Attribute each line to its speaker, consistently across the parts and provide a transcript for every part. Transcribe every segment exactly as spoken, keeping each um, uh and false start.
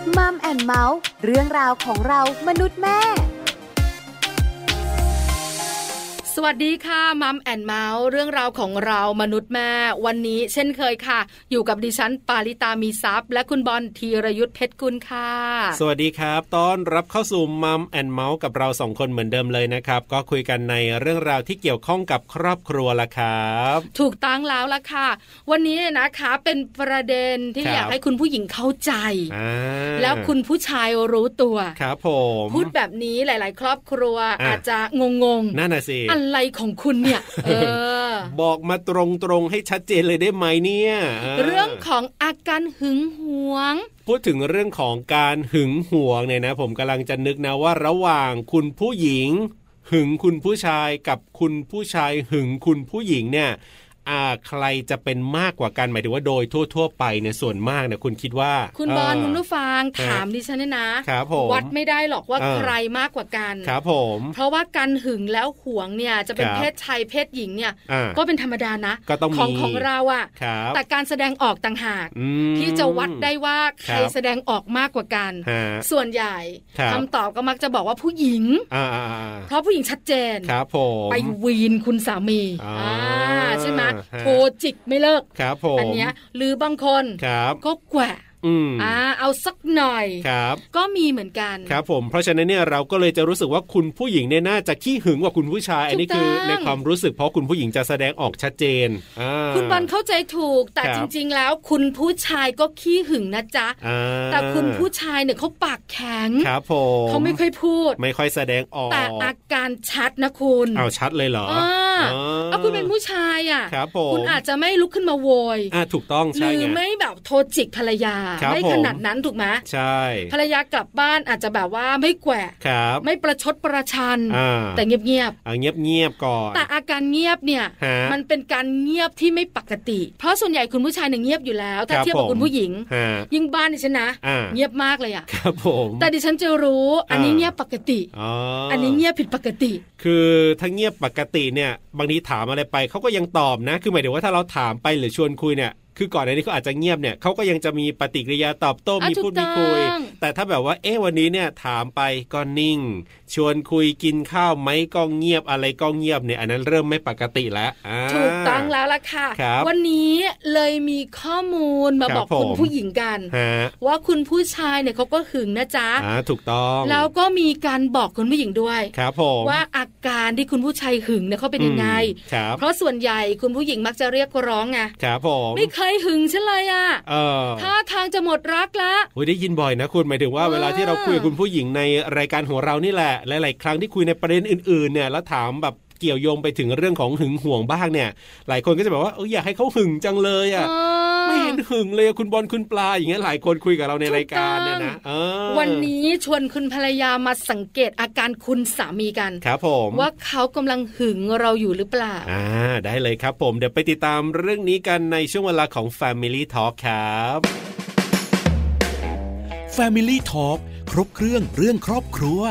Speaker 1: มัมแอนด์เมาส์เรื่องราวของเรามนุษย์แม่
Speaker 2: สวัสดีค่ะมัมแอนด์เมาส์เรื่องราวของเรามนุษย์แม่วันนี้เช่นเคยค่ะอยู่กับดิฉันปาริตามีซัพย์และคุณบอลธีรยุทธเพชรกุลค่ะ
Speaker 3: สวัสดีครับต้อนรับเข้าสู่มัมแอนด์เมาส์กับเราสองคนเหมือนเดิมเลยนะครับก็คุยกันในเรื่องราวที่เกี่ยวข้องกับครอบครัวละครับ
Speaker 2: ถูกต้องแล้วละค่ะวันนี้นะคะเป็นประเด็นที่อยากให้คุณผู้หญิงเข้าใจแล้วคุณผู้ชายรู้ตัว
Speaker 3: ครับผม
Speaker 2: พูดแบบนี้หลายๆครอบครัว อ, อาจจะงงๆ
Speaker 3: นั่นน่ะสิ
Speaker 2: อะไรของคุณเนี่ย เออ
Speaker 3: บอกมาตรงๆให้ชัดเจนเลยได้ไหมเนี่ย
Speaker 2: เรื่องของอาการหึงหวง
Speaker 3: พูดถึงเรื่องของการหึงหวงเนี่ยนะผมกำลังจะนึกนะว่าระหว่างคุณผู้หญิงหึงคุณผู้ชายกับคุณผู้ชายหึงคุณผู้หญิงเนี่ยอ่าใครจะเป็นมากกว่ากันหมายถึงว่าโดยทั่วๆไปเนี่ยส่วนมากเนี่ยคุณคิดว่า
Speaker 2: คุณบอลคุณผู้ฟังถามดิฉันเนี่ยนะครับผมวัดไม่ได้หรอกว่าใครมากกว่ากัน
Speaker 3: ครับผม
Speaker 2: เพราะว่าการหึงแล้วหวงเนี่ยจะเป็นเพศชายเพศหญิงเนี่ยก็เป็นธรรมดานะของของเราอ่ะแต่การแสดงออกต่างหากที่จะวัดได้ว่าใครแสดงออกมากกว่ากันส่วนใหญ่คำตอบก็มักจะบอกว่าผู้หญิงเพราะผู้หญิงชัดเจนไปวีนคุณสามีใช่ไหมโทรจิกไม่เลิกอันเนี้ยหรือบางคนก็แกว่งอ่าเอาสักหน่อยก็มีเหมือนกัน
Speaker 3: ครับผมเพราะฉะนั้นเนี่ยเราก็เลยจะรู้สึกว่าคุณผู้หญิงเนี่ยน่าจะขี้หึงกว่าคุณผู้ชายอันนี้คือในความรู้สึกเพราะคุณผู้หญิงจะแสดงออกชัดเจน
Speaker 2: คุณบอลเข้าใจถูกแต่จริงๆแล้วคุณผู้ชายก็ขี้หึงนะจ๊ะแต่คุณผู้ชายเนี่ยเขาปากแข็ง
Speaker 3: ครับผม
Speaker 2: เขาไม่ค่อยพูด
Speaker 3: ไม่ค่อยแสดงออก
Speaker 2: แต่อาการชัดนะคุณ
Speaker 3: เอาชัดเลยเหรอ
Speaker 2: เอาคุณเป็นผู้ชายอ่ะคุณอาจจะไม่ลุกขึ้นมาโวย
Speaker 3: อ่าถูกต้องใช่
Speaker 2: หรือไม่แบบโทรจิกภรรยาไม่ขนาดนั้นถูกไหม
Speaker 3: ใช่
Speaker 2: ภรรยากลับบ้านอาจจะแบบว่าไม่แกว่งไม่ประชดประชันแต่เงียบเงียบ
Speaker 3: เงียบเงียบก่อน
Speaker 2: แต่อาการเงียบเนี่ยมันเป็นการเงียบที่ไม่ปกติเพราะส่วนใหญ่คุณผู้ชายเนี่ยเงียบอยู่แล้วถ้าเทียบกับคุณผู้หญิงยิ่งบ้านดิฉันนะเงียบมากเลยอ่ะ
Speaker 3: ครับผม
Speaker 2: แต่ดิฉันจะรู้อันนี้เงียบปกติอันนี้เงียบผิดปกติ
Speaker 3: คือถ้าเงียบปกติเนี่ยบางทีถามอะไรไปเขาก็ยังตอบนะคือหมายถึงว่าถ้าเราถามไปหรือชวนคุยเนี่ยคือก่อนหน้านี้เขาอาจจะเงียบเนี่ยเขาก็ยังจะมีปฏิกิริยาตอบโต้มีพูดมีคุยแต่ถ้าแบบว่าเอ๊ะวันนี้เนี่ยถามไปก็นิ่งชวนคุยกินข้าวไหมก็เงียบอะไรก็เงียบเนี่ยอันนั้นเริ่มไม่ปกติแล้ว
Speaker 2: ถูกต้องแล้วล่ะค่ะวันนี้เลยมีข้อมูลมาบอกคุณผู้หญิงกันว่าคุณผู้ชายเนี่ยเขาก็หึงนะจ๊ะ
Speaker 3: ถูกต้อง
Speaker 2: แล้วก็มีการบอกคุณผู้หญิงด้วย
Speaker 3: ครับผม
Speaker 2: ว่าอาการที่คุณผู้ชายหึงเนี่ยเขาเป็นยังไงเพราะส่วนใหญ่คุณผู้หญิงมักจะเรียกร้องไง
Speaker 3: ครับผม
Speaker 2: ไม่เคยหึงฉันเลยอ่ะท่าทางจะหมดรักละ
Speaker 3: โอ้ยได้ยินบ่อยนะคุณหมายถึงว่าเวลาที่เราคุยกับคุณผู้หญิงในรายการของเรานี่แหละหลายๆครั้งที่คุยในประเด็นอื่นๆเนี่ยแล้วถามแบบเกี่ยวโยงไปถึงเรื่องของหึงหวงบ้างเนี่ยหลายคนก็จะแบบว่าเอออยากให้เขาหึงจังเลยอ่ะไม่เห็นหึงเลยคุณบอลคุณปลาอย่างเงี้ยหลายคนคุยกับเราในรายการเนี่ยนะ
Speaker 2: วันนี้ชวนคุณภรรยามาสังเกตอาการคุณสามีกัน
Speaker 3: ครับผม
Speaker 2: ว่าเขากำลังหึงเราอยู่หรือเปล่า
Speaker 3: อ่าได้เลยครับผมเดี๋ยวไปติดตามเรื่องนี้กันในช่วงเวลาของ Family Talk ครับ
Speaker 4: Family Talk ครบเครื่องเรื่องครอบครัว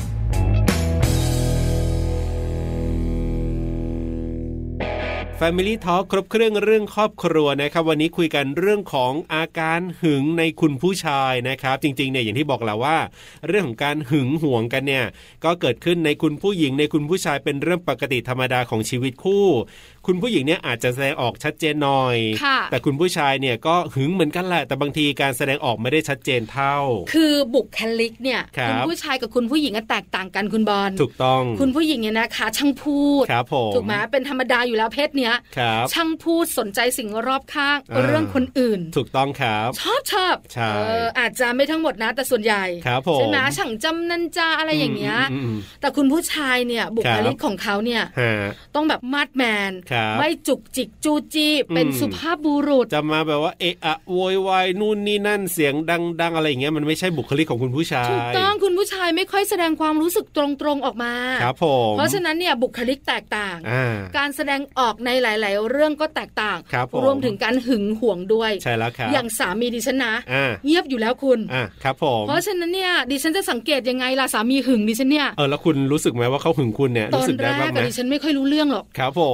Speaker 3: Family Talk ครบเครื่องเรื่องครอบครัวนะครับวันนี้คุยกันเรื่องของอาการหึงในคุณผู้ชายนะครับจริงๆเนี่ยอย่างที่บอกแล้วว่าเรื่องของการหึงหวงกันเนี่ยก็เกิดขึ้นในคุณผู้หญิงในคุณผู้ชายเป็นเรื่องปกติธรรมดาของชีวิตคู่คุณผู้หญิงเนี่ยอาจจะแสดงออกชัดเจนหน่อยแต่คุณผู้ชายเนี่ยก็หึงเหมือนกันแหละแต่บางทีการแสดงออกไม่ได้ชัดเจนเท่า
Speaker 2: คือบุคลิกเนี่ยคุณผู้ชายกับคุณผู้หญิงแตกต่างกันคุณบอล
Speaker 3: ถูกต้อง
Speaker 2: คุณผู้หญิงเนี่ยนะคะช่างพูดถูกไหมเป็นธรรมดาอยู่แล้วเพศเนี้ยช่างพูดสนใจสิ่งรอบข้างเรื่องคนอื่น
Speaker 3: ถูกต้องครับ
Speaker 2: ชอบชอบ
Speaker 3: ใช่
Speaker 2: เอออาจจะไม่ทั้งหมดนะแต่ส่วนใหญ่ใช่ไหมช่างจำนันจาอะไรอย่างเงี้ยแต่คุณผู้ชายเนี่ยบุคลิกของเขาเนี่ยต้องแบบมาดแมนไม่จุกจิกจูจี้เป็นสุภาพบุรุษ
Speaker 3: จะมาแบบว่าเอะอะโวยวายนู่นนี่นั่นเสียงดังๆอะไรอย่างเงี้ยมันไม่ใช่บุคลิกของคุณผู้ชาย
Speaker 2: ถูกต้องคุณผู้ชายไม่ค่อยแสดงความรู้สึกตรงๆออกมา
Speaker 3: ครับผม
Speaker 2: เพราะฉะนั้นเนี่ยบุคลิกแตกต่างการแสดงออกในหลายๆเรื่องก็แตกต่างรวมถึงการหึงหวงด้วย
Speaker 3: ใช่แล้วครับ
Speaker 2: อย่างสามีดิฉันนะเงียบอยู่แล้วคุณ
Speaker 3: ครับผม
Speaker 2: เพราะฉะนั้นเนี่ยดิฉันจะสังเกตยังไงล่ะสามีหึงดิฉันเนี่ย
Speaker 3: เออแล้วคุณรู้สึกไหมว่าเขาหึงคุณเนี่ย
Speaker 2: ตอนแรกดิฉันไม่ค่อยรู้เรื่องหรอก
Speaker 3: ครับผม
Speaker 2: แต่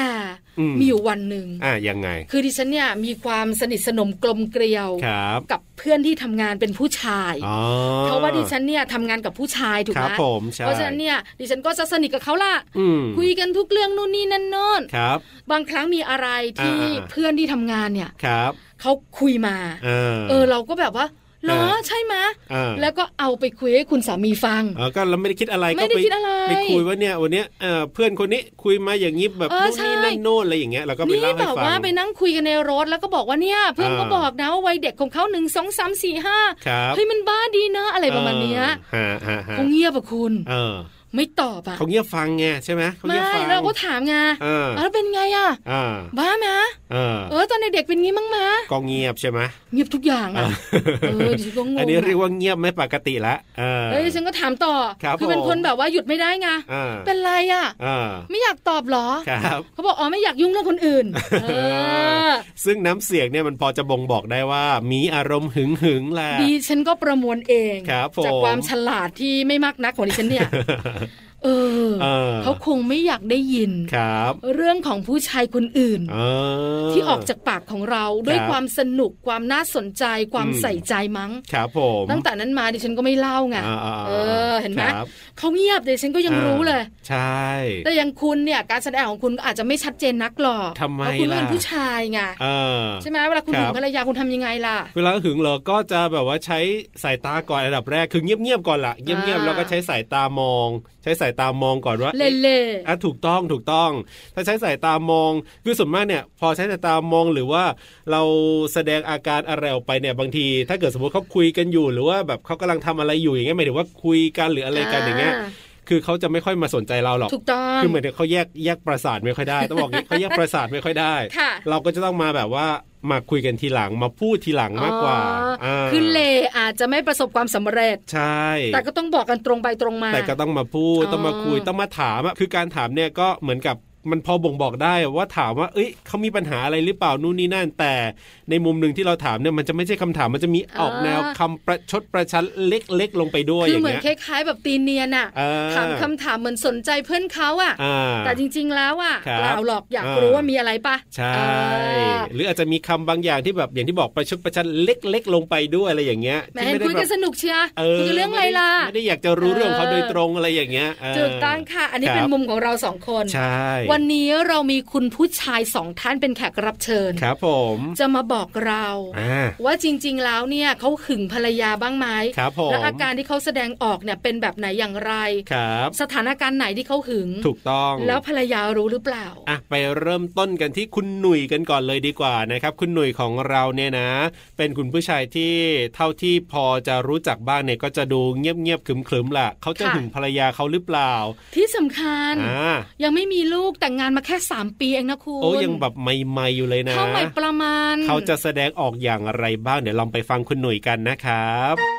Speaker 2: แต่มีอยู่วันหนึ่ง
Speaker 3: อ่ะยังไง
Speaker 2: คือดิฉันเนี่ยมีความสนิทสนมกลมเกลียวกับเพื่อนที่ทำงานเป็นผู้ชายเพราะว่าดิฉันเนี่ยทำงานกับผู้ชายถูกไหมเพราะฉะนั้นเนี่ยดิฉันก็จะสนิทกับเขาล่ะคุยกันทุกเรื่องนู่นนี่นั่นโน่นบางครั้งมีอะไรที่เพื่อนที่ทำงานเนี่ยเขาคุยมาเออเราก็แบบว่าเหรอใช่ไหมแล้วก็เอาไปคุยให้คุณสามีฟัง
Speaker 3: เออก็เราไม่ได้คิดอะไร
Speaker 2: ไม่ได้คิดอะไร
Speaker 3: ไปคุยว่าเนี่ยวันนี้เพื่อนคนนี้คุยมาอย่างนี้แบบนู่นนี่นั่นโน่นอะไรอย่างเงี้ยเราก็ไปเล่าให้ฟังนี่แบบ
Speaker 2: ว่าไปนั่งคุยกันในรถแล้วก็บอกว่าเนี่ยเพื่อนก็บอกนะว่าวัยเด็กของเขาหนึ่งสองสามสี่ห้าเฮ้ยมันบ้าดีนะอะไรประมาณนี้เขาเงียบอะคุณไม่ตอบอ่ะ
Speaker 3: เขาเงียบฟังไงใช่ไหมเขาเงียบฟัง
Speaker 2: เราก็ถามไงแล้วเป็นไงอ่ะบ้าไหมเออตอนเด็กเป็นงี้มั้งไหม
Speaker 3: ก็เงียบใช่ไหม
Speaker 2: เงียบทุกอย่างอ่ะเออดิฉันก็งง
Speaker 3: อันนี้เรียกว่าเงียบไม่ปกติละ
Speaker 2: เฮ้ยฉันก็ถามต่อคือเป็นคนแบบว่าหยุดไม่ได้ไงเป็นไรอ่ะไม่อยากตอบหรอเขาบอกอ๋อไม่อยากยุ่งเรื่องคนอื่น
Speaker 3: ซึ่งน้ำเสียงเนี่ยมันพอจะบ่งบอกได้ว่ามีอารมณ์หึงหึงแหละ
Speaker 2: ดิฉันก็ประมวลเองจากความฉลาดที่ไม่มากนักของดิฉันเนี่ยเออ เออเขาคงไม่อยากได้ยินเรื่องของผู้ชายคนอื่นที่ออกจากปากของเราด้วยความสนุกความน่าสนใจความใส่ใจมั้ง
Speaker 3: ครับผม
Speaker 2: ตั้งแต่นั้นมาดิฉันก็ไม่เล่าไงเออเห็นไหมเขาเงียบดิฉันก็ยังรู้เลย
Speaker 3: ใช่
Speaker 2: แต่อย่างคุณเนี่ยการแสดงของคุณอาจจะไม่ชัดเจนนักหรอกเพราะคุณเป็นผู้ชายไงใช่ไหมเวลาคุณหึงภรรยาคุณทำยังไงล่ะ
Speaker 3: เวลาหึงเราก็จะแบบว่าใช้สายตาก่อนอันดับแรกคือเงียบๆก่อนล่ะเงียบๆแล้วก็ใช้สายตามองใช้สายตามองก่อนว่า
Speaker 2: เล่ๆ
Speaker 3: อ่ะถูกต้องถูกต้องถ้าใช้สายตามองคือส่วนมากเนี่ยพอใช้สายตามองหรือว่าเราแสดงอาการอะไรออกไปเนี่ยบางทีถ้าเกิดสมมติเขาคุยกันอยู่หรือว่าแบบเขากำลังทำอะไรอยู่อย่างเงี้ยหมายถึงว่าคุยกันหรืออะไรกันอย่างเงี้ยคือเขาจะไม่ค่อยมาสนใจเราหรอก
Speaker 2: ถูกต้อง
Speaker 3: คือเหมือนเขาแยกแยกประสาทไม่ค่อยได้ต้องบอกงี้เขาแยกประสาทไม่ค่อยได้เราก็จะต้องมาแบบว่ามาคุยกันทีหลังมาพูดทีหลังมากกว่า
Speaker 2: คือเลอาจจะไม่ประสบความสำเร็จ
Speaker 3: ใช่
Speaker 2: แต่ก็ต้องบอกกันตรงไปตรงมา
Speaker 3: แต่ก็ต้องมาพูดต้องมาคุยต้องมาถามอ่ะคือการถามเนี่ยก็เหมือนกับมันพอบ่งบอกได้ว่าถามว่าเอ้ยเขามีปัญหาอะไรหรือเปล่านู่นนี่นั่นแต่ในมุมหนึ่งที่เราถามเนี่ยมันจะไม่ใช่คำถามมันจะมีออกแนวคำประชดประชันเล็กๆลงไปด้วยอย่างเงี้ยคือเหมือน
Speaker 2: คล้ายๆแบบตีเนียนอ่ะถามคำถามเหมือนสนใจเพื่อนเขาอ่ะแต่จริงๆแล้วอ่ะเราหลอกอยากรู้ว่ามีอะไรปะ
Speaker 3: ใช่หรืออาจจะมีคำบางอย่างที่แบบอย่างที่บอกประชดประชันเล็กๆลงไปด้วยอะไรอย่างเงี้ย
Speaker 2: ที่ไม่ได้คุยกันสนุกเชียร์คุยกันเรื่องอะไรล่ะ
Speaker 3: ไม่ได้อยากจะรู้เรื่องเขาโดยตรงอะไรอย่างเงี้ย
Speaker 2: ถูกต้องค่ะอันนี้เป็นมุมของเราสองคน
Speaker 3: ใช่
Speaker 2: วันนี้เรามีคุณผู้ชายสองท่านเป็นแขกรับเชิญ
Speaker 3: ครับผม
Speaker 2: จะมาบอกเราว่าจริงๆแล้วเนี่ยเขาหึงภรรยาบ้างไหมและอาการที่เขาแสดงออกเนี่ยเป็นแบบไหนอย่างไรสถานการณ์ไหนที่เขาหึง
Speaker 3: ถูกต้อง
Speaker 2: แล้วภรรยารู้หรือเปล่า
Speaker 3: อ่ะไปเริ่มต้นกันที่คุณหนุ่ยกันก่อนเลยดีกว่านะครับคุณหนุ่ยของเราเนี่ยนะเป็นคุณผู้ชายที่เท่าที่พอจะรู้จักบ้างเนี่ยก็จะดูเงียบๆขรึมๆล่ะเขาจะหึงภรรยาเขาหรือเปล่า
Speaker 2: ที่สำคัญยังไม่มีลูกแต่งงานมาแค่สามปีเองนะคุณ
Speaker 3: โอ้ยังแบบใหม่ๆอยู่เลยนะ
Speaker 2: เขาใหม่ประมาณ
Speaker 3: เขาจะแสดงออกอย่างไรบ้างเดี๋ยวลองไปฟังคุณหนุ่ยกันนะครับ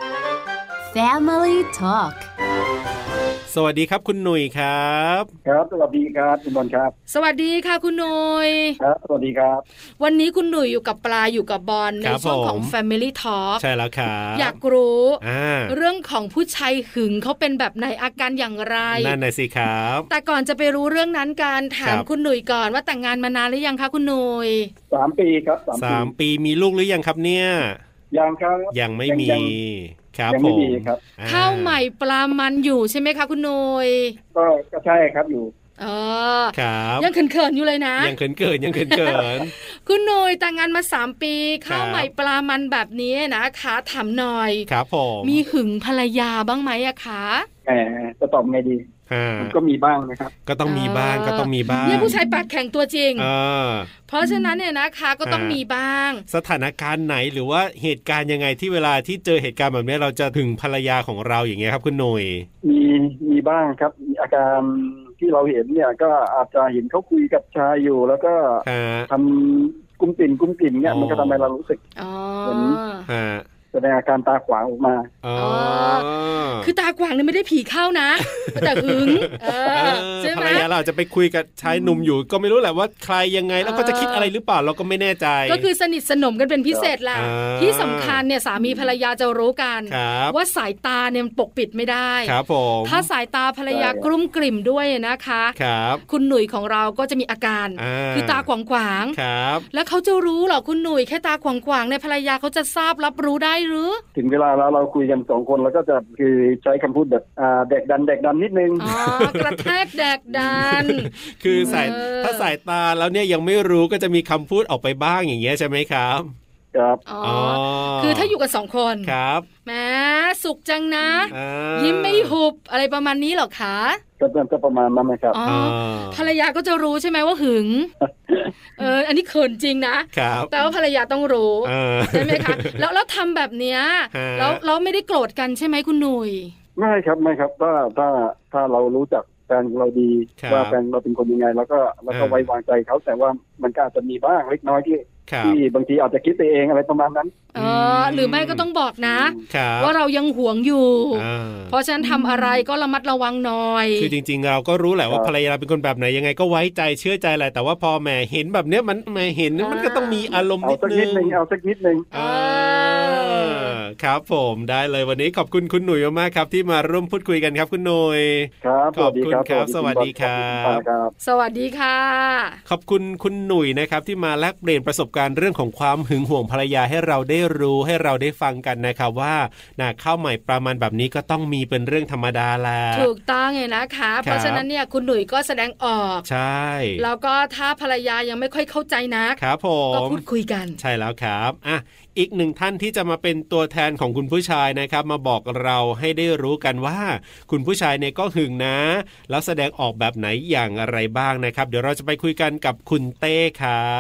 Speaker 1: Family Talk
Speaker 3: สวัสดีครับคุณหนุ่ยครับ
Speaker 5: ครับสวัสดีครับคุณบอลครับ
Speaker 2: สวัสดีค่ะคุณหนุ่ย
Speaker 5: ครับสวัสดีครับ
Speaker 2: วันนี้คุณหนุ่ยอยู่กับปลาอยู่กับบอลในช่วงของ Family Talk
Speaker 3: ใช่แล้วครับ
Speaker 2: อยากรู้เรื่องของผู้ชายหึงเขาเป็นแบบไหนอาการอย่างไร
Speaker 3: นั่นน่ะสิครับ
Speaker 2: แต่ก่อนจะไปรู้เรื่องนั้นการถามคุณหนุ่ยก่อนว่าแต่งงานมานานหรือยังคะคุณหนุ่ย
Speaker 5: สามปีครับ
Speaker 3: สามปีมีลูกหรือยังครับเนี่ย
Speaker 5: ยังครับ
Speaker 3: ยังไม่มีครับ
Speaker 5: ผม
Speaker 2: ข้าวใหม่ปลามันอยู่ใช่ไหมคะคุณหนุ่ย
Speaker 5: ก็ก็ใช่ครับอยู่
Speaker 2: เออ
Speaker 3: ครับ
Speaker 2: ยังเขินๆอยู่เลยนะ
Speaker 3: ยังเขินๆยังเขิน
Speaker 2: ๆคุณหนุ่ยแต่งงานมาสามปีข้าวใหม่ปลามันแบบนี้นะคะถามหน่อย
Speaker 3: ครับผม
Speaker 2: มีหึงภรรยาบ้างไหมอะคะ
Speaker 5: แหมจะตอบไงดีมันก็มีบ้างนะครับ
Speaker 3: ก็ต้องมีบ้างก็ต้องมีบ้าง
Speaker 2: เนี่ยผู้ชายปากแข็งตัวจริงเพราะฉะนั้นเนี่ยนะคะก็ต้องมีบ้าง
Speaker 3: สถานการณ์ไหนหรือว่าเหตุการณ์ยังไงที่เวลาที่เจอเหตุการณ์แบบนี้เราจะถึงภรรยาของเราอย่างเงี้ยครับคุณหนุ่ย
Speaker 5: มีมีบ้างครับมีอาการที่เราเห็นเนี่ยก็อาจจะเห็นเขาคุยกับชายอยู่แล้วก็ทำกุ้มปิ่นกุ้มปิ่นเนี่ยมันก็ทำให้เรารู้สึกเหมือนเแสดงอาการตาขวางออกมา
Speaker 3: อ๋อ
Speaker 2: คือตาขวางเนี่ยไม่ได้ผีเข้านะแต่หึงใช่ไหมภร
Speaker 3: รยาเราจะไปคุยกับชายหนุ่มอยู่ก็ไม่รู้แหละว่าใครยังไงแล้วก็จะคิดอะไรหรือเปล่าเราก็ไม่แน่ใจ
Speaker 2: ก็คือสนิทสนมกันเป็นพิเศษล่ะที่สำคัญเนี่ยสามีภรรยาจะรู้กันว่าสายตาเนี่ยปกปิดไม่ได้
Speaker 3: ครับผม
Speaker 2: ถ้าสายตาภรรยากลุ้มกลิ่มด้วยนะคะ
Speaker 3: ครับ
Speaker 2: คุณหนุ่ยของเราก็จะมีอาการคือตาขวางขวาง
Speaker 3: ครับ
Speaker 2: แล้วเขาจะรู้เหรอคุณหนุ่ยแค่ตาขวางขวางในภรรยาเขาจะทราบรับรู้ได้หรือ
Speaker 5: ถึงเวลาแล้วเราคุยกันสองคนแล้วก็จะคือใช้คำพูดแบบเด็กดันเด็กดันนิดนึง
Speaker 2: อ๋อกระแทกเด็กดัน
Speaker 3: คือสายถ้าสายตาแล้วเนี่ยยังไม่รู้ก็จะมีคำพูดออกไปบ้างอย่างเงี้ยใช่ไหมครับ
Speaker 5: ครับ
Speaker 2: อ๋อคือถ้าอยู่กันสองคน
Speaker 3: ครับ
Speaker 2: แหมสุขจังนะยิ้มไม่หุบอะไรประมาณนี้หรอคะ
Speaker 5: ก็จะประมาณนั้นนะครับ
Speaker 2: อ๋อภรรยาก็จะรู้ใช่ไหมว่าหึงเอออันนี้เขินจริงนะแต่ว่าภรรยาต้องรู้ใช่ไหมคะแล้วแล้วทำแบบเนี้ยแล้วเราไม่ได้โกรธกันใช่ไหมคุณหนุ่ย
Speaker 5: ไม่ครับไม่ครับถ้าถ้าถ้าเรารู้จักแฟนเราดีว่าแฟนเราเป็นคนยังไงแล้วก็แล้วก็ไว้วางใจเขาแต่ว่ามันก็อาจจะมีบ้างเล็กน้อยที่ที่บางทีอาจจะคิดไปเองอะไรประมาณนั้น
Speaker 2: เออหรือไม่ก็ต้องบอกนะว่าเรายังหวงอยู่เพราะฉะนั้นทำอะไรก็ระมัดระวังหน่อย
Speaker 3: คือจริงๆเราก็รู้แหละว่าภรรยาเป็นคนแบบไหนยังไงก็ไว้ใจเชื่อใจแหละแต่ว่าพอแหมเห็นแบบเนี้ยมันแหมเห็นมันก็ต้องมีอารมณ์นิดนึง
Speaker 5: เอาสักนิดนึง
Speaker 3: ครับผมได้เลยวันนี้ขอบคุณคุณหนุ่ยมากๆครับที่มาร่วมพูดคุยกันครับคุณหนุ่ย
Speaker 5: ครับ
Speaker 3: ขอบคุณครับสวัสดีครับ
Speaker 2: สวัสดีค่ะ
Speaker 3: ขอบคุณคุณหนุ่ยนะครับที่มาแลกเปลี่ยนประสบการณ์เรื่องของความหึงหวงภรรยาให้เราได้รู้ให้เราได้ฟังกันนะครับว่าน่ะข้าวใหม่ประมาณแบบนี้ก็ต้องมีเป็นเรื่องธรรมดาแหละ
Speaker 2: ถูกต้องไงนะคะเพราะฉะนั้นเนี่ยคุณหนุ่ยก็แสดงออก
Speaker 3: ใช่
Speaker 2: แล้วก็ถ้าภรรยายังไม่ค่อยเข้าใจนะครับ
Speaker 3: ผม
Speaker 2: ก็พูดคุยกัน
Speaker 3: ใช่แล้วครับอ่ะอีกหนึ่งท่านที่จะมาเป็นตัวแทนของคุณผู้ชายนะครับมาบอกเราให้ได้รู้กันว่าคุณผู้ชายเนี่ยก็หึงนะแล้วแสดงออกแบบไหนอย่างไรบ้างนะครับเดี๋ยวเราจะไปคุยกันกับคุณเต้ครับ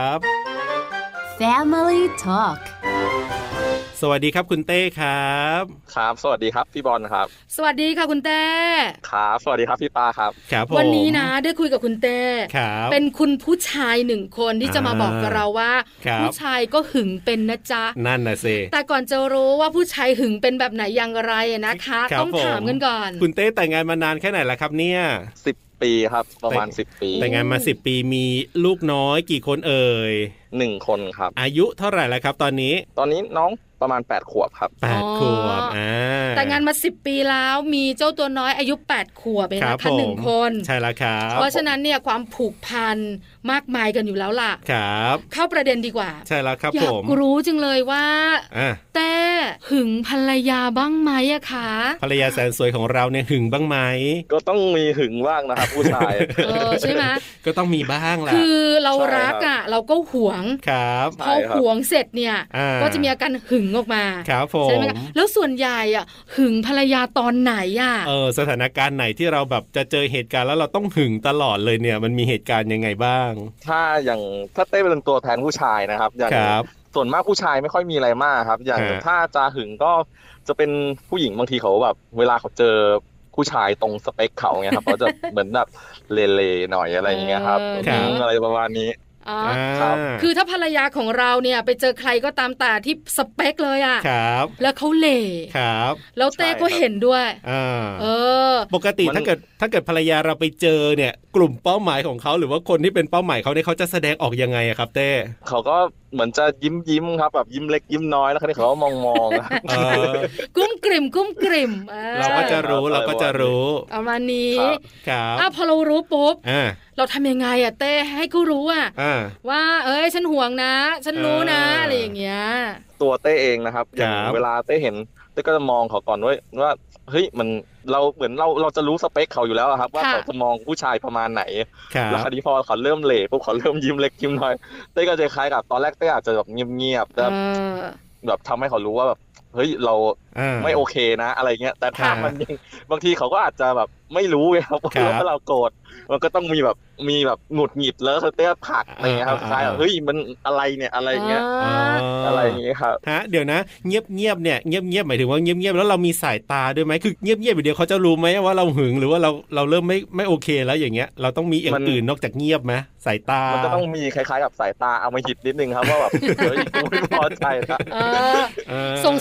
Speaker 1: Family Talk
Speaker 3: สวัสดีครับคุณเต้ครับ
Speaker 6: ครับสวัสดีครับพี่บอลครับ
Speaker 2: สวัสดีค่ะคุณเต้
Speaker 6: ครับสวัสดีครับพี่ปาครับ
Speaker 3: ครับ
Speaker 2: วันนี้นะได้คุยกับคุณเต้เป็นคุณผู้ชายหนึ่งคนที่จะมาบอกกับเราว่าผู้ชายก็หึงเป็นนะจ๊ะ
Speaker 3: นั่นน่ะสิ
Speaker 2: แต่ก่อนจะรู้ว่าผู้ชายหึงเป็นแบบไหนอย่างไรนะคะต้องถามกันก่อน
Speaker 3: คุณเต้แต่งงานมานานแค่ไหนแล้วครับเนี่ย
Speaker 6: สิบปีครับประมาณสิบปี
Speaker 3: แต่งงานมาสิบปีมีลูกน้อยกี่คนเอ่ย
Speaker 6: หนึ่งคนครับ
Speaker 3: อายุเท่าไหร่แล้วครับตอนนี้
Speaker 6: ตอนนี้น้องประมาณแปดขวบครับ
Speaker 3: แปดขวบอ่า
Speaker 2: แต่งงานมาสิบปีแล้วมีเจ้าตัวน้อยอายุแปดขวบเองนะคะหนึ่งคน
Speaker 3: ใช่แล้วครับ
Speaker 2: เพราะฉะนั้นเนี่ยความผูกพันมากมายกันอยู่แล้วล่ะ
Speaker 3: ครับ
Speaker 2: เข้าประเด็นดีกว่า
Speaker 3: ใช่แล้วครับผม
Speaker 2: อยากรู้จังเลยว่าแต่หึงภรรยาบ้างไหมอะคะ
Speaker 3: ภรรยาแสนสวยของเราเนี่ยหึงบ้างไหม
Speaker 6: ก็ต้องมีหึงบ้างนะครับผู้ชาย
Speaker 2: เออใช่ไหม
Speaker 3: ก็ต้องมีบ้างแหละ
Speaker 2: คือเรารักอ่ะเราก็หวง
Speaker 3: ครับ
Speaker 2: พอหวงเสร็จเนี่ยก็จะมีอาการหึงออกมา
Speaker 3: ครับผม
Speaker 2: ใช่ไหมคะแล้วส่วนใหญ่อ่ะหึงภรรยาตอนไหนอ่ะ
Speaker 3: เออสถานการณ์ไหนที่เราแบบจะเจอเหตุการณ์แล้วเราต้องหึงตลอดเลยเนี่ยมันมีเหตุการณ์ยังไงบ้าง
Speaker 6: ถ้าอย่างถ้าเต้เป็นตัวแทนผู้ชายนะครับอย่างส่วนมากผู้ชายไม่ค่อยมีอะไรมากครับอย่างถ้าจะหึงก็จะเป็นผู้หญิงบางทีเขาแบบเวลาเขาเจอผู้ชายตรงสเปคเขาเงี้ยครับเขาจะเหมือนแบบเล่ๆหน่อยอะไรอย่างเงี้ยครับอะไรประมาณนี้
Speaker 2: อ๋อคือถ้าภรรยาของเราเนี่ยไปเจอใครก็ตามแต่ที่สเปคเลยอ่ะ
Speaker 3: ครับ
Speaker 2: แล้วเขาเหล่
Speaker 3: ครับ
Speaker 2: แล้วเต้ก็เห็นด้วย
Speaker 3: อ่า
Speaker 2: เออ
Speaker 3: ปกติถ้าเกิดถ้าเกิดภรรยาเราไปเจอเนี่ยกลุ่มเป้าหมายของเขาหรือว่าคนที่เป็นเป้าหมายเขาเนี่ยเขาจะแสดงออกยังไงครับเต้
Speaker 6: เขาก็เหมือนจะยิ้มยิ้มครับแบบยิ้มเล็กยิ้มน้อยแล้วเขาเขาก็มองมอง
Speaker 2: กุ้มกลิ่มกุ้มกลิ่ม
Speaker 3: เราก็จะรู้เราก็จะรู้
Speaker 2: ประมาณนี้
Speaker 3: ครับ
Speaker 2: อ่ะพอเรารู้ปุ๊บเราทำยังไงอะเต้ให้เขารู้อะว่าเอ้ยฉันห่วงนะฉันรู้นะอะไรอย่างเงี้ย
Speaker 6: ตัวเต้เองนะครับอย่างเวลาเต้เห็นเต้ก็จะมองเขาก่อนว่าว่าเฮ้ยมันเราเหมือนเราเราจะรู้สเปคเขาอยู่แล้วครับว่าเขาจะมองผู้ชายประมาณไหนแล้วคราวนี้พอเขาเริ่มเหล่ปุ๊บเขาเริ่มยิ้มเล็กยิ้มน้อยเต้ก็จะคล้ายกับตอนแรกเต้อาจจะแบบเงียบๆแบบแบบทำให้เขารู้ว่าแบบเฮ้ยเราไม่โอเคนะอะไรเงี้ยแต่ถ้ามันบางทีเขาก็อาจจะแบบไม่รู้ไงครับว่าเราโกรธมันก็ต้องมีแบบมีแบบหงุดหงิดแล้วเต้ผักอะไรเงี้ยครับคล้ายเฮ้ยมันอะไรเนี่ยอะไรเงี้ยอะไรอย่างเงี้ยครับ
Speaker 3: ฮะเดี๋ยวนะเงียบเงียบเนี่ยเงียบเงียบหมายถึงว่าเงียบเงียบแล้วเรามีสายตาด้วยไหมคือเงียบเงียบเดี๋ยวเขาจะรู้ไหมว่าเราหึงหรือว่าเราเราเริ่มไม่ไม่โอเคแล้วอย่างเงี้ยเราต้องมีอย่างอื่นนอกจากเงียบไหมสายตา
Speaker 6: มันจะต้องมีคล้ายๆกับสายตาเอามาหิดนิดนึงครับว่าแบบเฮ้ยกูไม่พอใจนะ
Speaker 2: สง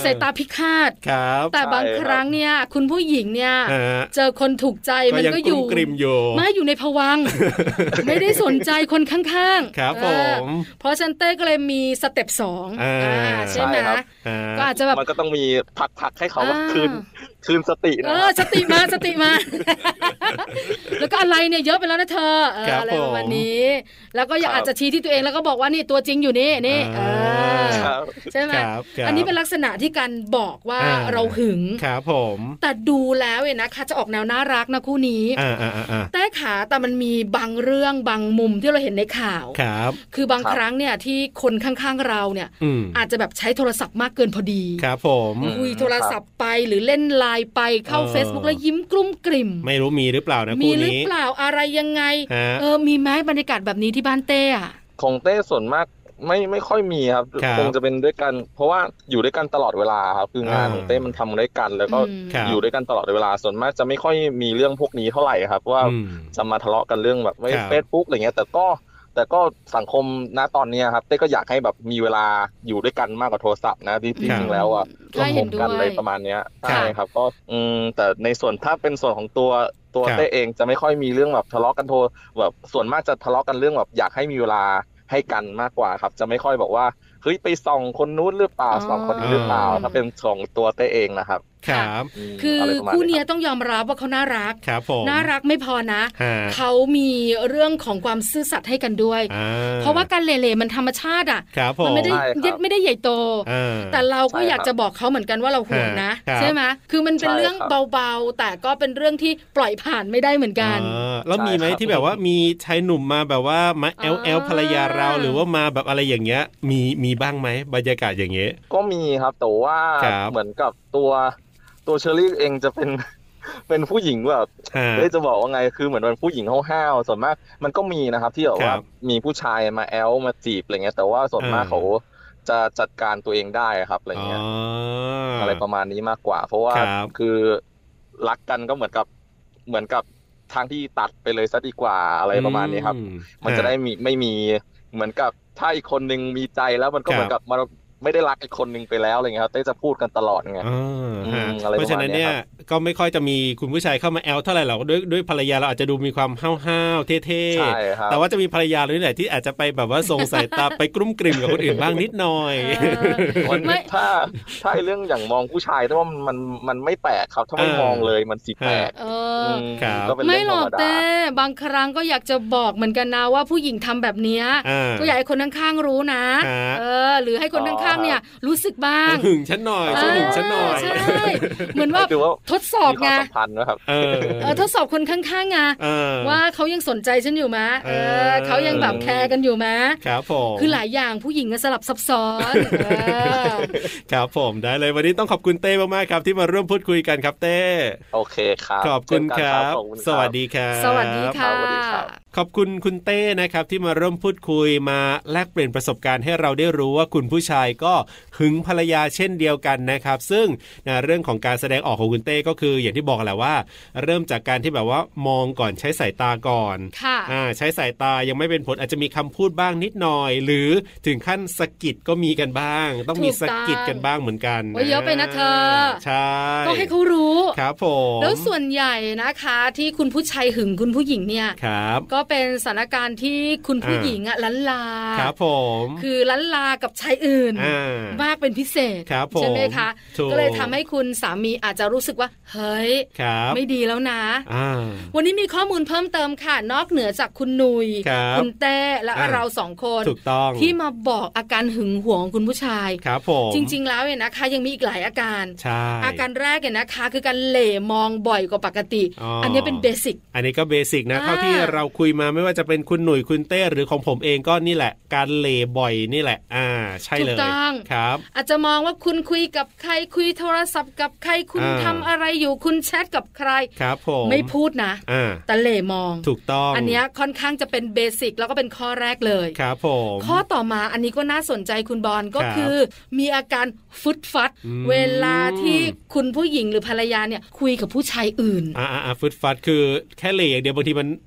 Speaker 2: สายตาพิฆาตแต่บางครั้งเนี่ยคุณผู้หญิงเนี่ยเจอคนถูกใจมันก็อยู่ไม่อยู่ในภวังค์ ไม่ได้สนใจคนข้างๆ
Speaker 3: ครับผม
Speaker 2: เพราะฉันเต้ก็เลยมีสเต็ปสองใช่ไหมก็อาจจะแบบ
Speaker 6: มันก็ต้องมีพักๆให้เขาคืนคืนสตินะ
Speaker 2: เออสติมาสติมาแล้วก็อะไรเนี่ยเยอะไปแล้วนะเธออะไรประมาณนี้แล้วก็อยากอาจจะชี้ที่ตัวเองแล้วก็บอกว่านี่ตัวจริงอยู่นี่นี่ใช่ไหมอันนี้เป็นลักษณะที่การบอกว่าเราหึง
Speaker 3: ครับผม
Speaker 2: แต่ดูแล้วเนี่ยนะคะจะออกแนวน่ารักนะคู่นี้แต่ขาแต่มันมีบางเรื่องบางมุมที่เราเห็นในข่าว
Speaker 3: ครับ
Speaker 2: คือบางครั้งเนี่ยที่คนข้างๆเราเนี่ยอาจจะแบบใช้โทรศัพท์มากเกินพอดี
Speaker 3: ครับผม
Speaker 2: คุยโทรศัพท์ไปหรือเล่นไลน์ไปเข้า Facebook แล้วยิ้มกลุ้มกลิ่ม
Speaker 3: ไม่รู้มีหรือเปล่านะคู่นี้
Speaker 2: มีหรือเปล่าอะไรยังไงเออมีไหมบรรยากาศแบบนี้ที่บ้านเต้อะ
Speaker 6: ของเต้ส่วนมากไม่ไม่ค่อยมีครับคงจะเป็นด้วยกันเพราะว่าอยู่ด้วยกันตลอดเวลาครับคืองานของเต้มันทำด้วยกันแล้วก็อยู่ด้วยกันตลอดเวลาส่วนมากจะไม่ค่อยมีเรื่องพวกนี้เท่าไหร่ครับว่าจะมาทะเลาะกันเรื่องแบบใน Facebook อะไรเงี้ยแต่ก็แต่ก็สังคมณตอนนี้ครับเต้ก็อยากให้แบบมีเวลาอยู่ด้วยกันมากกว่าโทรศัพท์นะที่จริงแล้วอ่ะร่วมวมกันเลยประมาณนี้ใช่ครับก็อืมแต่ในส่วนถ้าเป็นส่วนของตัวตัวเต้เองจะไม่ค่อยมีเรื่องแบบทะเลาะกันโทรแบบส่วนมากจะทะเลาะกันเรื่องแบบอยากให้มีเวลาให้กันมากกว่าครับจะไม่ค่อยบอกว่าเฮ้ยไปส่องคนนู้นหรือเปล่าส่องคนนี้หรือเปล่าถ้าเป็นของตัวเต้เองนะครับ
Speaker 3: ครับ
Speaker 2: คือคู่นี้ต้องยอมรับว่าเขาน่ารักน่ารักไม่พอนะเขามีเรื่องของความซื่อสัตย์ให้กันด้วยเพราะว่าการเล่ๆมันธรรมชาติอ่ะมันไม่ได้ไม่ได้ใหญ่โตแต่เราก็อยากจะบอกเขาเหมือนกันว่าเราห่วงนะใช่ไหมคือมันเป็นเรื่องเบาๆแต่ก็เป็นเรื่องที่ปล่อยผ่านไม่ได้เหมือนกัน
Speaker 3: แล้วมีไหมที่แบบว่ามีชายหนุ่มมาแบบว่ามาแอลแอลภรรยาเราหรือว่ามาแบบอะไรอย่างเงี้ยมีมีบ้างไหมบรรยากาศอย่างเงี้ย
Speaker 6: ก็มีครับแต่ว่าเหมือนกับตัวตัวเชอรี่เองจะเป็นเป็นผู้หญิงแบบเอ๊ะจะบอกว่าไงคือเหมือนเป็นผู้หญิงห้าวๆส่วนมากมันก็มีนะครับที่แบบว่ามีผู้ชายมาแอลมาจีบอะไรเงี้ยแต่ว่าส่วนมากเขาจะจัดการตัวเองได้ครับอะไรเงี้ยอะไรประมาณนี้มากกว่าเพราะว่าคือรักกันก็เหมือนกับเหมือนกับทางที่ตัดไปเลยซะดีกว่าอะไรประมาณนี้ครับมันจะได้มีไม่มีเหมือนกับถ้าอีกคนนึงมีใจแล้วมันก็เหมือนกับมาไม่ได้รักอีกคนนึงไปแล้วอะไรเงี้ยครับเต้จะพูดกันตลอดไง
Speaker 3: เพราะฉะนั้นเนี่ยก็ไม่ค่อยจะมีคุณผู้ชายเข้ามาแอลเท่าไหร่หรอกด้วยด้วยภรรยาเราอาจจะดูมีความห้าวๆเท่ๆแต่ว่าจะมีภรรยาเราเนี่ยที่อาจจะไปแบบว่าส่งสายตาไปกลุ้มกลิ่มกับคนอื่นบ้างนิดหน่อย
Speaker 6: ถ้าถ้าเรื่องอย่างมองผู้ชายแต่ว่ามันมันไม่แปลกครับถ้าไม่มองเลยมันสิแปลก
Speaker 2: ไม่หรอกแต่บางครั้งก็อยากจะบอกเหมือนกันนะว่าผู้หญิงทำแบบนี้ก็อยากให้คนข้างๆรู้นะเออหรือให้คนข้างเนี่ยรู้สึกบ้าง
Speaker 3: หึงฉันหน่อยหึงฉันหน่อย
Speaker 2: ใช่เหมือนว่าทดสอบไง
Speaker 6: เอ
Speaker 2: อทดสอบคนข้างๆไงว่าเขายังสนใจฉันอยู่ไหมเออเขายังแบบแคร์กันอยู่ไหม
Speaker 3: ครับผม
Speaker 2: คือหลายอย่างผู้หญิงสลับซับซ้อน
Speaker 3: ครับผมได้เลยวันนี้ต้องขอบคุณเต้มากๆครับที่มาร่วมพูดคุยกันครับเต้
Speaker 6: โอเคครับ
Speaker 3: ขอบคุณครับสวัสดีครับ
Speaker 2: สวัสดีค่ะ
Speaker 3: ขอบคุณคุณเต้นะครับที่มาร่วมพูดคุยมาแลกเปลี่ยนประสบการณ์ให้เราได้รู้ว่าคุณผู้ชายก็หึงภรรยาเช่นเดียวกันนะครับซึ่งนะเรื่องของการแสดงออกของคุณเต้ก็คืออย่างที่บอกแหละว่าเริ่มจากการที่แบบว่ามองก่อนใช้สายตาก่อนอ่าใช้สายตายังไม่เป็นผลอาจจะมีคำพูดบ้างนิดหน่อยหรือถึงขั้นสะกิดก็มีกันบ้างต้องมีสะกิดกันบ้างเหมือนกัน
Speaker 2: ว่าเยอะไปนะเธอ
Speaker 3: ใช่
Speaker 2: ต้องให้เขารู้
Speaker 3: ครับผม
Speaker 2: แล้วส่วนใหญ่นะคะที่คุณผู้ชายหึงคุณผู้หญิงเนี่ยก็เป็นสถานการณ์ที่คุณผู้หญิงอ่ะลั้นลา
Speaker 3: ครับผม
Speaker 2: คือลั้นลากับชายอื่นมากเป็นพิเศษใช่ไหมคะก็เลยทำให้คุณสามีอาจจะรู้สึกว่าเฮ้ยไม่ดีแล้วนะวันนี้มีข้อมูลเพิ่มเติมค่ะนอกเหนือจากคุณนุยคุณเต้และเราสองคนที่มาบอกอาการหึงหวงของคุณผู้ชายจริงๆแล้วเนี่ยนะคะยังมีอีกหลายอาการอาการแรกเนี่ยนะคะคือการเหล่มองบ่อยกว่าปกติ อ, อันนี้เป็นเบสิก
Speaker 3: อันนี้ก็เบสิกนะเท่าที่เราคุยมาไม่ว่าจะเป็นคุณหนุ่ยคุณเต้หรือของผมเองก็นี่แหละการเหล่บ่อยนี่แหละอ่าใช่เลยถูกต้องครับ
Speaker 2: อาจจะมองว่าคุณคุยกับใครคุยโทรศัพท์กับใครคุณทำอะไรอยู่คุณแชทกับใคร
Speaker 3: ครับผม
Speaker 2: ไม่พูดนะแต่เหล่มอง
Speaker 3: ถูกต้อง
Speaker 2: อันนี้ค่อนข้างจะเป็นเบสิกแล้วก็เป็นข้อแรกเลย
Speaker 3: ครับผม
Speaker 2: ข้อต่อมาอันนี้ก็น่าสนใจคุณบอลก็คือมีอาการฟึดฟัดเวลาที่คุณผู้หญิงหรือภรรยาเนี่ยคุยกับผู้ชายอื่น
Speaker 3: อ่าอ่าฟึดฟัดคือแค่เหล่อย่างเดียวบางทีมัน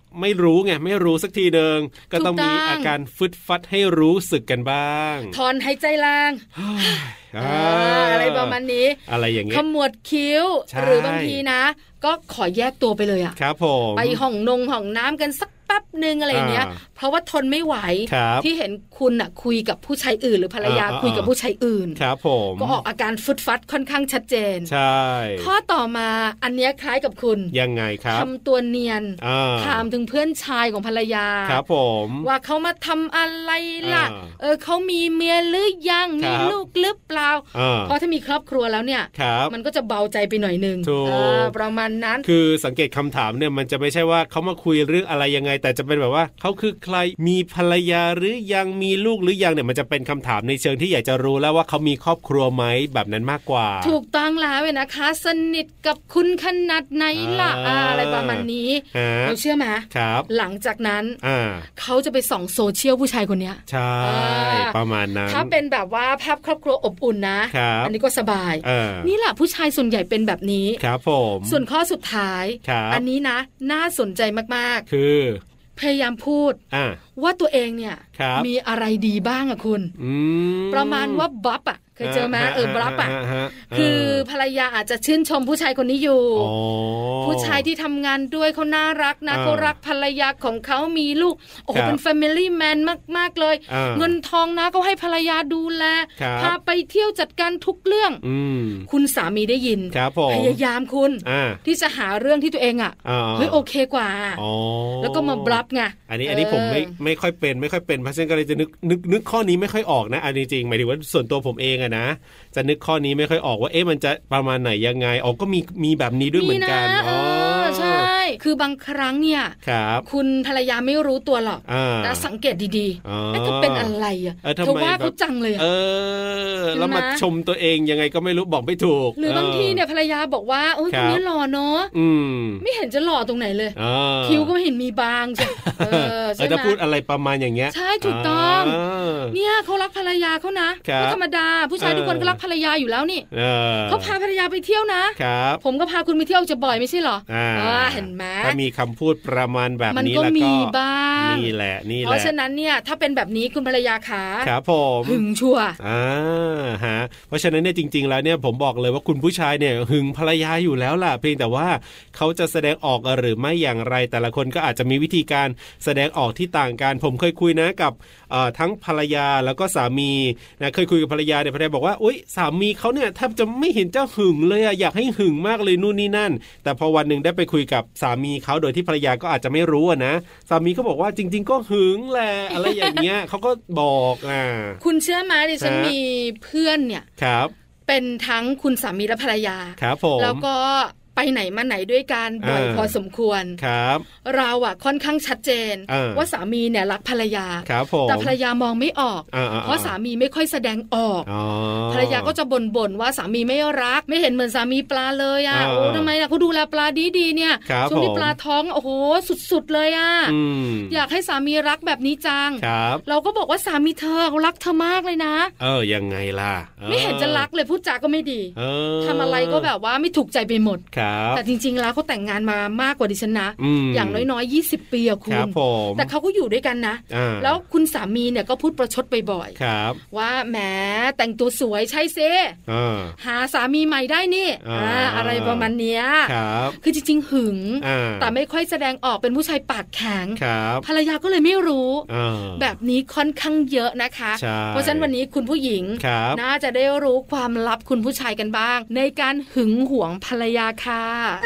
Speaker 3: ไม่รู้ไงไม่รู้สักทีเดิงก็ต้องมีอาการฟึดฟัดให้รู้สึกกันบ้าง
Speaker 2: ถอนหายใจแรงอะไรประมาณนี้
Speaker 3: อะไรอย่างเงี้ย
Speaker 2: ขมวดคิ้วหรือบางทีนะก็ขอแยกตัวไปเลยอ่ะ
Speaker 3: ครับผม
Speaker 2: ไปห้องนงห้องน้ำกันสักแป๊บนึงอะไรเนี้ยเพราะว่าทนไม่ไหวที่เห็นคุณน่ะคุยกับผู้ชายอื่นหรือภรรยาคุยกับผู้ชายอื่น
Speaker 3: ครับผม
Speaker 2: ก็ออกอาการฟึดฟัดค่อนข้างชัดเจน
Speaker 3: ใช่
Speaker 2: ข้อต่อมาอันเนี้ยคล้ายกับคุณ
Speaker 3: ยังไงครับ
Speaker 2: ทำตัวเนียนถามถึงเพื่อนชายของภรรยา
Speaker 3: ครับผม
Speaker 2: ว่าเขามาทำอะไรล่ะเออเขามีเมียหรือยังมีลูกหรือเปล่าเพราะถ้ามีครอบครัวแล้วเนี่ยมันก็จะเบาใจไปหน่อยนึงประมาณนั้น
Speaker 3: คือสังเกตคำถามเนี่ยมันจะไม่ใช่ว่าเขามาคุยเรื่องอะไรยังไงแต่จะเป็นแบบว่าเขาคือใครมีภรรยาหรือยังมีลูกหรือยังเนี่ยมันจะเป็นคำถามในเชิงที่อยากจะรู้แล้วว่าเขามีครอบครัวไหมแบบนั้นมากกว่า
Speaker 2: ถูกต้องแล้วนะคะสนิทกับคุณขนาดไหนล่ะอะไรประมาณนี้เราเชื่อไหม
Speaker 3: ครับ
Speaker 2: หลังจากนั้นเขาจะไปส่องโซเชียลผู้ชายคนนี้
Speaker 3: ใช่ประมาณนั้น
Speaker 2: ถ้าเป็นแบบว่าภาพครอบครัวอบอุ่นนะอันนี้ก็สบายนี่แหละผู้ชายส่วนใหญ่เป็นแบบนี้
Speaker 3: ครับผม
Speaker 2: ส่วนข้อสุดท้ายอันนี้นะน่าสนใจมาก
Speaker 3: ๆคือ
Speaker 2: พยายามพูดว่าตัวเองเนี่ยมีอะไรดีบ้างอะคุณประมาณว่าบัฟอะเคยเจอไหมเออบลัฟอ่ะคือภรรยาอาจจะชื่นชมผู้ชายคนนี้อยู่ผู้ชายที่ทำงานด้วยเขาน่ารักนะเขารักภรรยาของเขามีลูกโอ้โหเป็น family man มากๆเลยเงินทองนะเขาให้ภรรยาดูแลพาไปเที่ยวจัดการทุกเรื่องคุณสามีได้ยินพยายามคุณที่จะหาเรื่องที่ตัวเองอ่ะเฮ้ยโอเคกว่าแล้วก็มาบลัฟไง
Speaker 3: อันนี้อันนี้ผมไม่ไม่ค่อยเป็นไม่ค่อยเป็นเพราะฉะนั้นก็เลยจะนึกนึกนึกข้อนี้ไม่ค่อยออกนะอันจริงๆหมายถึงว่าส่วนตัวผมเองนะจะนึกข้อนี้ไม่ค่อยออกว่าเอ๊ะมันจะประมาณไหนยังไงอ๋อก็มีมีแบบนี้ด้วยเหมือนกัน
Speaker 2: อ๋อใช่คือบางครั้งเนี่ย
Speaker 3: ครับ
Speaker 2: คุณภรรยาไม่รู้ตัวหรอกแต่สังเกตดีๆแล้วก็เป็นอะไรอ่ะเธอว่าเขาจังเลย
Speaker 3: เออแล้วมาชมตัวเองยังไงก็ไม่รู้บอกไม่ถูก
Speaker 2: หรือบางทีเนี่ยภรรยาบอกว่าโอ้ยคนนี้หล่อเนาะไม่เห็นจะหล่อตรงไหนเลยคิ้วก็ไม่เห็นมีบางจ้ะเออใช่ไหม
Speaker 3: จะพูดอะไรประมาณอย่างเงี้ย
Speaker 2: ใช่ถูกต้องเนี่ยเขารักภรรยาเขานะไม่ธรรมดาผู้ชายทุกคนก็รักภรรยาอยู่แล้วนี่เขาพาภรรยาไปเที่ยวนะครับผมก็พาคุณไปเที่ยวจะบ่อยไม่ใช่หรอเห็นไหม
Speaker 3: ถ้ามีคำพูดประมาณแบบนี้แล้วก็
Speaker 2: มีบ้าง
Speaker 3: นี่แหละนี่แหละ
Speaker 2: เพราะฉะนั้นเนี่ยถ้าเป็นแบบนี้คุณภรรยาขา
Speaker 3: ครับผม
Speaker 2: หึงชัวร์
Speaker 3: อ่าฮะเพราะฉะนั้นเนี่ยจริงๆแล้วเนี่ยผมบอกเลยว่าคุณผู้ชายเนี่ยหึงภรรยาอยู่แล้วล่ะเพียงแต่ว่าเขาจะแสดงออกหรือไม่อย่างไรแต่ละคนก็อาจจะมีวิธีการแสดงออกที่ต่างกันผมเคยคุยนะกับทั้งภรรยาแล้วก็สามีนะเคยคุยกับภรรยาเนี่ยภรรยาบอกว่าอุ๊ยสามีเขาเนี่ยแทบจะไม่เห็นเจ้าหึงเลยอะอยากให้หึงมากเลยนู่นนี่นั่นแต่พอวันหนึ่งได้ไปคุยกับสามีเขาโดยที่ภรรยาก็อาจจะไม่รู้นะสามีเขาบอกว่าจริงๆก็หึงแหละอะไรอย่างเงี้ยเขาก็บอกอ่า
Speaker 2: คุณเชื่อไหมดิฉันมีเพื่อนเนี่ย
Speaker 3: ครับ
Speaker 2: เป็นทั้งคุณสามีและภรรยา
Speaker 3: ครับผม
Speaker 2: แล้วก็ไปไหนมาไหนด้วยกันบ่อยพอสมควร
Speaker 3: ครับ
Speaker 2: เราอ่ะค่อนข้างชัดเจนว่าสามีเนี่ยรักภรรยาแต่ภรรยามองไม่ออกเพราะสามีไม่ค่อยแสดงออกภรรยาก็จะบ่นๆว่าสามีไม่รักไม่เห็นเหมือนสามีปลาเลยอ่ะโอ้ทำไมล่ะเขาดูแลปลาดีๆเนี่ยช่วงที่ปลาท้องโอ้โหสุดๆเลยอ่ะอยากให้สามีรักแบบนี้จังเราก็บอกว่าสามีเธอเขารักเธอมากเลยนะ
Speaker 3: เออยังไงล่ะ
Speaker 2: ไม่เห็นจะรักเลยพูดจาก็ไม่ดีทำอะไรก็แบบว่าไม่ถูกใจไปหมดแต่จริงๆแล้วเขาแต่งงานมามากกว่าดิฉันนะอย่างน้อยๆยี่สิบปีอะคุณแต่เขาก็อยู่ด้วยกันนะแล้วคุณสามีเนี่ยก็พูดประชดบ่อยๆว่าแหมแต่งตัวสวยใช่ซิหาสามีใหม่ได้นี่ อ, อะไรประมาณเนี้ยคือจริงๆหึงแต่ไม่ค่อยแสดงออกเป็นผู้ชายปากแข็งภรรยาก็เลยไม่รู้แบบนี้ค่อนข้างเยอะนะคะเพราะฉะนั้นวันนี้คุณผู้หญิงน่าจะได้รู้ความลับคุณผู้ชายกันบ้างในการหึงหวงภรรยาค่ะ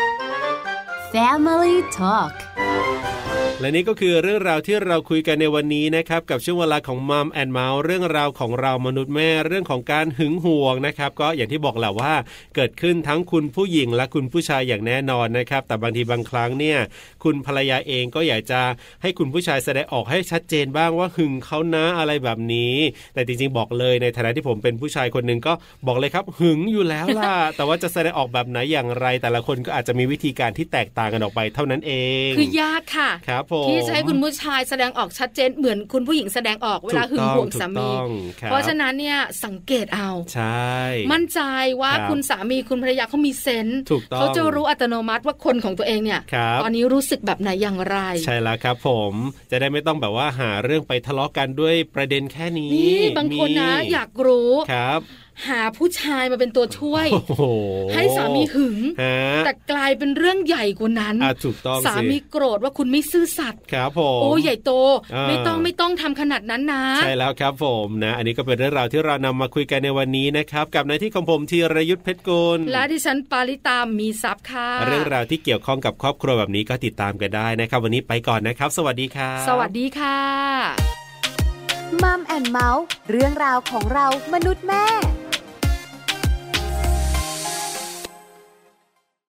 Speaker 1: Family Talk
Speaker 3: และนี่ก็คือเรื่องราวที่เราคุยกันในวันนี้นะครับกับช่วงเวลาของ Mom and Mouse เรื่องราวของเรามนุษย์แม่เรื่องของการหึงหวงนะครับก็อย่างที่บอกแหละว่าเกิดขึ้นทั้งคุณผู้หญิงและคุณผู้ชายอย่างแน่นอนนะครับแต่บางทีบางครั้งเนี่ยคุณภรรยาเองก็อยากจะให้คุณผู้ชายแสดงออกให้ชัดเจนบ้างว่าหึงเขานะอะไรแบบนี้แต่จริงๆบอกเลยในฐานะที่ผมเป็นผู้ชายคนนึงก็บอกเลยครับหึงอยู่แล้วล่ะ แต่ว่าจะแสดงออกแบบไหนอย่างไรแต่ละคนก็อาจจะมีวิธีการที่แตกต่างกันออกไปเท่านั้นเอง
Speaker 2: คือยากค่ะ
Speaker 3: ครับผม
Speaker 2: ที่จะให้คุณผู้ชายแสดงออกชัดเจนเหมือนคุณผู้หญิงแสดงออกเวลาหึงหวงสามีเพราะฉะนั้นเนี่ยสังเกตเอา
Speaker 3: ใช่
Speaker 2: มั่นใจว่าคุณสามีคุณภรรยาเขามีเซนส์เขาจะรู้อัตโนมัติว่าคนของตัวเองเนี่ยตอนนี้รู้สึกแบบไหนอย่างไร
Speaker 3: ใช่แล้วครับผมจะได้ไม่ต้องแบบว่าหาเรื่องไปทะเลาะกันด้วยประเด็นแค่นี้
Speaker 2: นี่บางคนนะอยากรู้
Speaker 3: ครับ
Speaker 2: หาผู้ชายมาเป็นตัวช่วยให้สามีหึงแต่กลายเป็นเรื่องใหญ่กว่านั้น
Speaker 3: ถูกต้อง
Speaker 2: สามีโกรธว่าคุณไม่ซื่อสัตย์
Speaker 3: ครับผม
Speaker 2: โอ้ใหญ่โตไม่ต้องไม่ต้องทำขนาดนั้นนะ
Speaker 3: ใช่แล้วครับผมนะอันนี้ก็เป็นเรื่องราวที่เรานำมาคุยกันในวันนี้นะครับกับนายที่ของผมธีรยุทธเพชรกุล
Speaker 2: และดิฉันปาริตามีทรัพย์ค่ะ
Speaker 3: เรื่องราวที่เกี่ยวข้องกับครอบครัวแบบนี้ก็ติดตามกันได้นะครับวันนี้ไปก่อนนะครับสวัสดีครับ
Speaker 2: สวัสดีค่ะ
Speaker 1: มัมแอนด์เมาส์เรื่องราวของเรามนุษย์แม่